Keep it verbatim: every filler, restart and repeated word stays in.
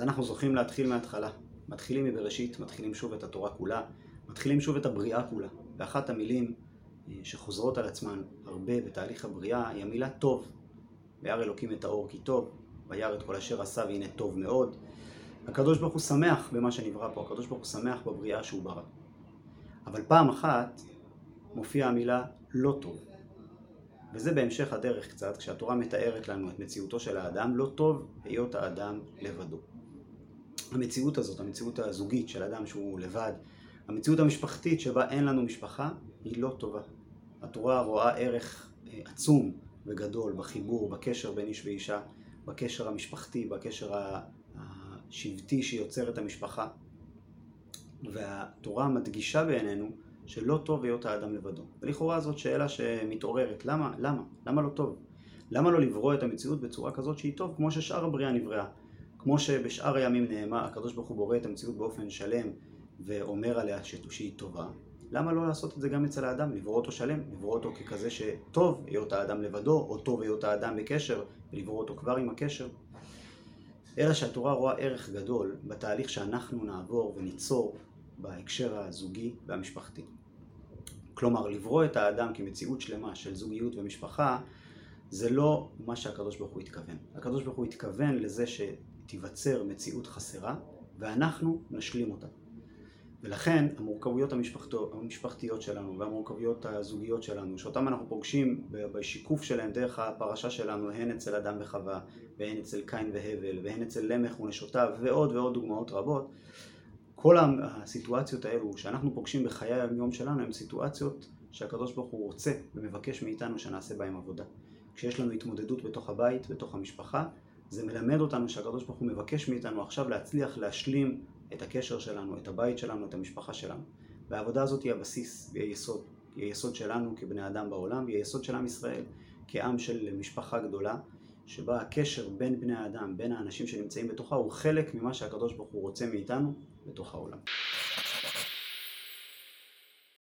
אז אנחנו זוכים להתחיל מההתחלה. מתחילים מבראשית, מתחילים שוב את התורה כולה, מתחילים שוב את הבריאה כולה. ואחת המילים שחוזרות על עצמן הרבה בתהליך הבריאה היא המילה טוב. וירא אלוקים את האור כי טוב, וירא את כל אשר עשה והנה טוב מאוד. הקדוש ברוך הוא שמח במה שנברא פה, הקדוש ברוך הוא שמח בבריאה שהוא ברא. אבל פעם אחת מופיעה המילה לא טוב. וזה בהמשך הדרך קצת, כשהתורה מתארת לנו את מציאותו של האדם, לא טוב היות האדם לבדו. המציאות הזאת, המציאות הזוגית של אדם שהוא לבד, המציאות המשפחתית שבה אין לנו משפחה, היא לא טובה. התורה רואה ערך עצום וגדול בחיבור, בקשר בין איש ואישה, בקשר המשפחתי, בקשר השבטי שיוצר את המשפחה. והתורה מדגישה בעינינו שלא טוב היות האדם לבדו. ולכאורה זאת שאלה שמתעוררת. למה? למה? למה לא טוב? למה לא לברוא את המציאות בצורה כזאת שהיא טוב, כמו ששאר הבריאה נבראה? כמו שבשאר הימים נאמר, הקדוש ברוך הוא בורא את המציאות באופן שלם ואומר עליה שהיא טובה. למה לא לעשות את זה גם אצל האדם? לברוא אותו שלם, לברוא אותו ככזה שטוב היות האדם לבדו, או טוב היות האדם בקשר, ולברוא אותו כבר עם הקשר. אלא שהתורה רואה ערך גדול בתהליך שאנחנו נעבור וניצור בהקשר הזוגי והמשפחתי. כלומר, לברוא את האדם כמציאות שלמה של זוגיות ומשפחה, זה לא מה שהקדוש ברוך הוא התכוון. הקדוש ברוך הוא התכוון לזה שתיווצר מציאות חסרה, ואנחנו נשלים אותה. ולכן המורכבויות המשפחתיות שלנו והמורכבויות הזוגיות שלנו, שאותם אנחנו פוגשים בשיקוף שלהם דרך הפרשה שלנו, הן אצל אדם וחווה, והן אצל קין והבל, והן אצל למך ונשותיו, ועוד ועוד דוגמאות רבות, כל הסיטואציות האלו שאנחנו פוגשים בחיי היום שלנו, הן סיטואציות שהקדוש ברוך הוא רוצה ומבקש מאיתנו שנעשה בהם עבודה. כשיש לנו התמודדות בתוך הבית, בתוך המשפחה, זה מלמד אותנו שהקדוש ברוך הוא מבקש מאיתנו עכשיו להצליח להשלים את הקשר שלנו, את הבית שלנו, את המשפחה שלנו. והעבודה הזאת היא הבסיס, היא היסוד. היא היסוד שלנו כבני אדם בעולם, היא היסוד של עם ישראל, כעם של משפחה גדולה, שבה הקשר בין בני האדם, בין האנשים שנמצאים בתוכה, הוא חלק ממה שהקדוש ברוך הוא רוצה מאיתנו בתוך העולם.